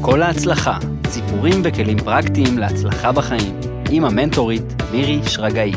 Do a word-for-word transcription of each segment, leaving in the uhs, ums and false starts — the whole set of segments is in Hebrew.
כל ההצלחה, סיפורים וכלים פרקטיים להצלחה בחיים, עם המנטורית מירי שרגאי.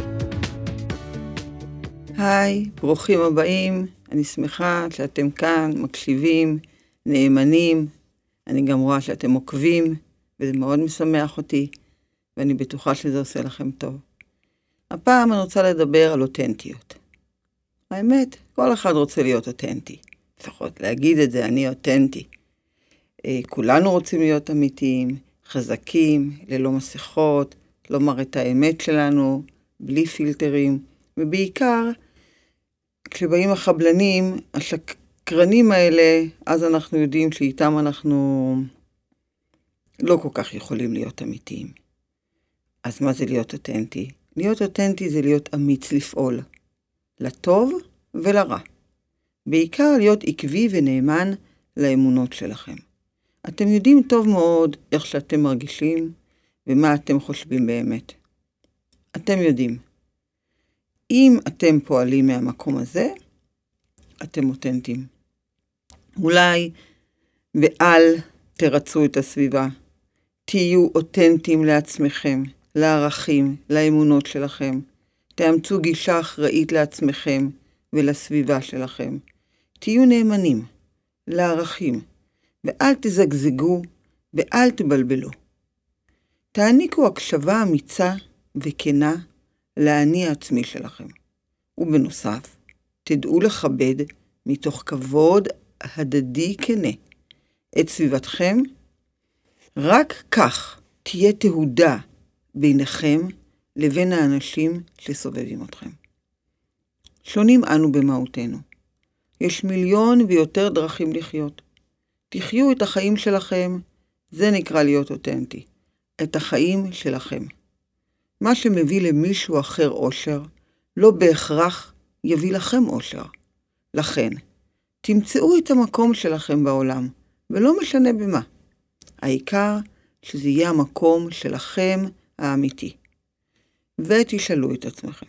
היי, ברוכים הבאים, אני שמחה שאתם כאן, מקשיבים, נאמנים, אני גם רואה שאתם עוקבים, וזה מאוד משמח אותי, ואני בטוחה שזה עושה לכם טוב. הפעם אני רוצה לדבר על אותנטיות. האמת, כל אחד רוצה להיות אותנטי, לפחות להגיד את זה, אני אותנטי. כולנו רוצים להיות אמיתיים, חזקים, ללא מסכות, לומר את האמת שלנו, בלי פילטרים, ובעיקר, כשבאים החבלנים, השקרנים האלה, אז אנחנו יודעים שאיתם אנחנו לא כל כך יכולים להיות אמיתיים. אז מה זה להיות אותנטי? להיות אותנטי זה להיות אמיץ לפעול, לטוב ולרע. בעיקר להיות עקבי ונאמן לאמונות שלכם. אתם יודעים טוב מאוד איך שאתם מרגישים ומה אתם חושבים באמת. אתם יודעים. אם אתם פועלים מהמקום הזה, אתם אותנטיים. אולי ואל תרצו את הסביבה. תהיו אותנטיים לעצמכם, לערכים, לאמונות שלכם. תאמצו גישה אחראית לעצמכם ולסביבה שלכם. תהיו נאמנים לערכים. ואל תזגזגו, ואל תבלבלו. תעניקו הקשבה אמיצה וכנה לאני העצמי שלכם. ובנוסף, תדעו לכבד מתוך כבוד הדדי כנה את סביבתכם. רק כך תהיה תהודה ביניכם לבין האנשים שסובבים אתכם. שונים אנו במהותנו. יש מיליון ויותר דרכים לחיות. תחיו את החיים שלכם, זה נקרא להיות אותנטי. את החיים שלכם. מה שמביא למישהו אחר אושר, לא בהכרח יביא לכם אושר. לכן, תמצאו את המקום שלכם בעולם, ולא משנה במה. העיקר שזה יהיה המקום שלכם האמיתי. ותשאלו את עצמכם.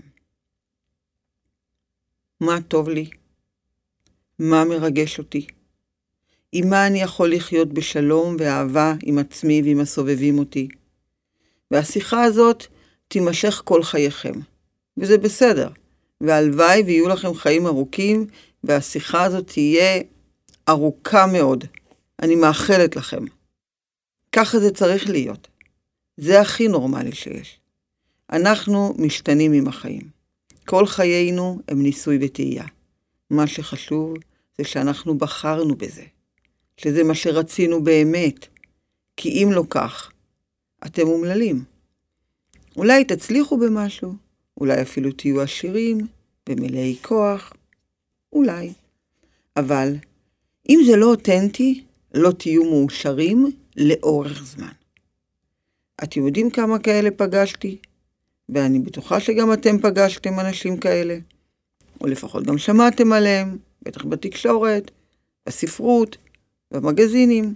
מה טוב לי? מה מרגש אותי? עם מה אני יכול לחיות בשלום ואהבה עם עצמי ועם הסובבים אותי. והשיחה הזאת תימשך כל חייכם. וזה בסדר. והלוואי ויהיו לכם חיים ארוכים, והשיחה הזאת תהיה ארוכה מאוד. אני מאחלת לכם. ככה זה צריך להיות. זה הכי נורמלי שיש. אנחנו משתנים עם החיים. כל חיינו הם ניסוי וטעייה. מה שחשוב זה שאנחנו בחרנו בזה. שזה מה שרצינו באמת, כי אם לא כך, אתם אומללים. אולי תצליחו במשהו, אולי אפילו תהיו עשירים ומלאי כוח, אולי. אבל אם זה לא אותנטי, לא תהיו מאושרים לאורך זמן. אתם יודעים כמה כאלה פגשתי? ואני בטוחה שגם אתם פגשתם אנשים כאלה, או לפחות גם שמעתם עליהם, בטח בתקשורת, בספרות, במגזינים.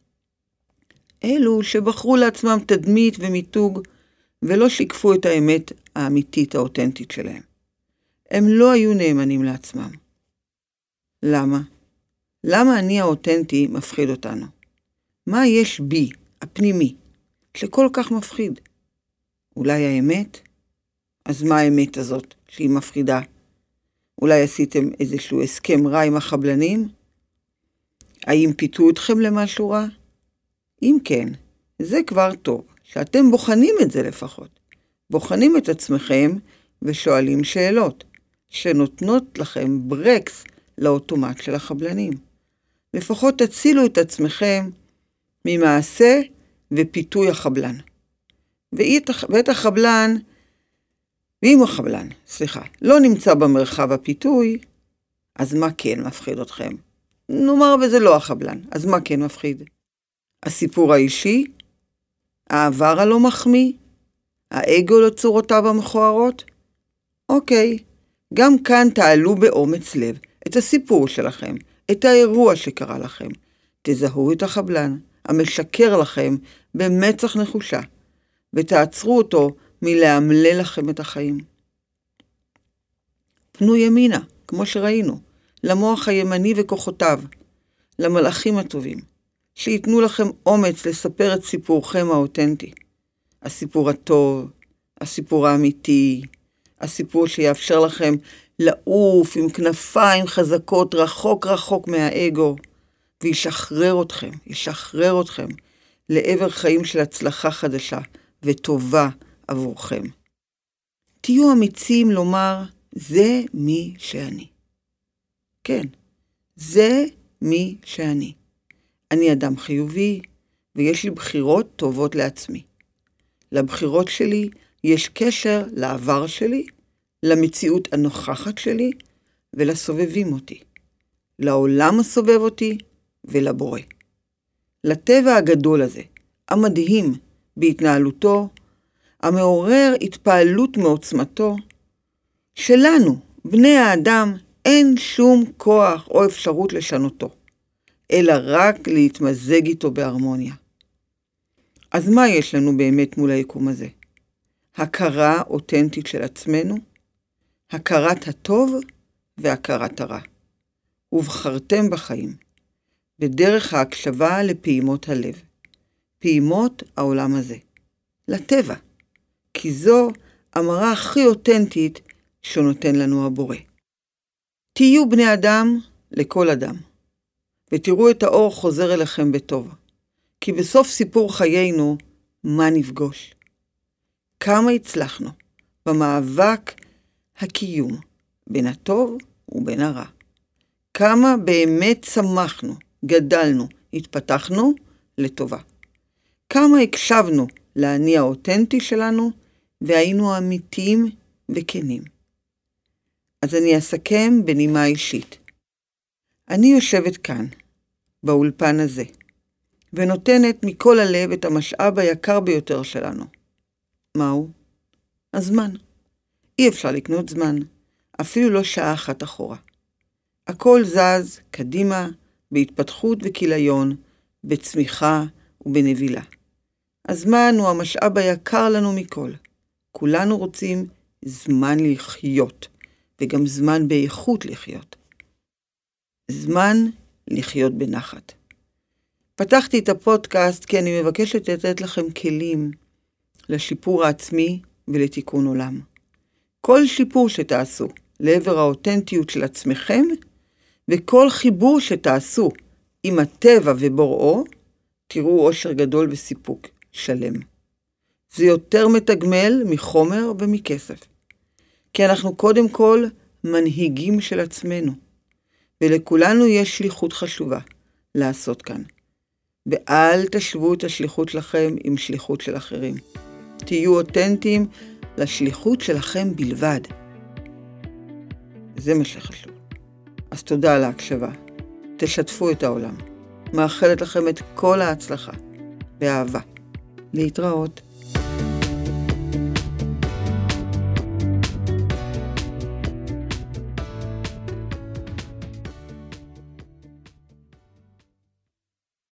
אלו שבחרו לעצמם תדמית ומיתוג ולא שיקפו את האמת האמיתית האותנטית שלהם. הם לא היו נאמנים לעצמם. למה? למה אני האותנטי מפחיד אותנו? מה יש בי, הפנימי, שכל כך מפחיד? אולי האמת? אז מה האמת הזאת שהיא מפחידה? אולי עשיתם איזשהו הסכם רע עם החבלנים? האם פיתו אתכם למשהו רע? אם כן, זה כבר טוב, שאתם בוחנים את זה לפחות. בוחנים את עצמכם ושואלים שאלות, שנותנות לכם ברקס לאוטומט של החבלנים. לפחות תצילו את עצמכם ממעשה ופיתוי החבלן. ואת החבלן, ואם החבלן, סליחה, לא נמצא במרחב הפיתוי, אז מה כן מפחיד אתכם? נאמר וזה לא החבלן, אז מה כן מפחיד? הסיפור האישי? העבר הלא מחמיא? האגו לצורותיו המכוערות? אוקיי, גם כאן תעלו באומץ לב את הסיפור שלכם, את האירוע שקרה לכם. תזהו את החבלן, המשקר לכם במצח נחושה, ותעצרו אותו מלהמלל לכם את החיים. פנו ימינה, כמו שראינו, למוח הימני וכוחותיו, למלאכים הטובים, שיתנו לכם אומץ לספר את סיפורכם האותנטי. הסיפור הטוב, הסיפור האמיתי, הסיפור שיאפשר לכם לעוף עם כנפיים חזקות רחוק רחוק מהאגו, וישחרר אתכם, ישחרר אתכם לעבר חיים של הצלחה חדשה וטובה עבורכם. תהיו אמיצים לומר, זה מי שאני. כן, זה מי שאני. אני אדם חיובי, ויש לי בחירות טובות לעצמי. לבחירות שלי יש קשר לעבר שלי, למציאות הנוכחת שלי, ולסובבים אותי. לעולם הסובב אותי ולבורא. לטבע הגדול הזה, המדהים בהתנהלותו, המעורר התפעלות מעוצמתו, שלנו, בני האדם, אין שום כוח או אפשרות לשנותו, אלא רק להתמזג איתו בהרמוניה. אז מה יש לנו באמת מול היקום הזה? הכרה אותנטית של עצמנו, הכרת הטוב והכרת הרע. ובחרתם בחיים, בדרך ההקשבה לפעימות הלב, פעימות העולם הזה, לטבע, כי זו המראה הכי אותנטית שנותן לנו הבורא. תהיו בני אדם לכל אדם, ותראו את האור חוזר אליכם בטוב, כי בסוף סיפור חיינו, מה נפגוש? כמה הצלחנו במאבק הקיום בין הטוב ובין הרע. כמה באמת צמחנו, גדלנו, התפתחנו לטובה. כמה הקשבנו לאני האותנטי שלנו, והיינו אמיתיים וכנים. אז אני אסכם בנימה אישית. אני יושבת כאן, באולפן הזה, ונותנת מכל הלב את המשאב היקר ביותר שלנו. מהו? הזמן. אי אפשר לקנות זמן, אפילו לא שעה אחת אחורה. הכל זז קדימה, בהתפתחות וכיליון, בצמיחה ובנבילה. הזמן הוא המשאב היקר לנו מכל. כולנו רוצים זמן לחיות, וגם זמן באיכות לחיות. זמן לחיות בנחת. פתחתי את הפודקאסט כי אני מבקשת לתת לכם כלים לשיפור העצמי ולתיקון עולם. כל שיפור שתעשו לעבר האותנטיות של עצמכם, וכל חיבור שתעשו עם הטבע ובוראו, תראו אושר גדול וסיפוק שלם. זה יותר מתגמל מחומר ומכסף. כי אנחנו קודם כל מנהיגים של עצמנו, ולכולנו יש שליחות חשובה לעשות כאן. ואל תשוו את השליחות שלכם עם שליחות של אחרים. תהיו אותנטיים לשליחות שלכם בלבד. זה מה שחשוב. אז תודה על ההקשבה. תשתפו את העולם. מאחלת לכם את כל ההצלחה. באהבה. להתראות.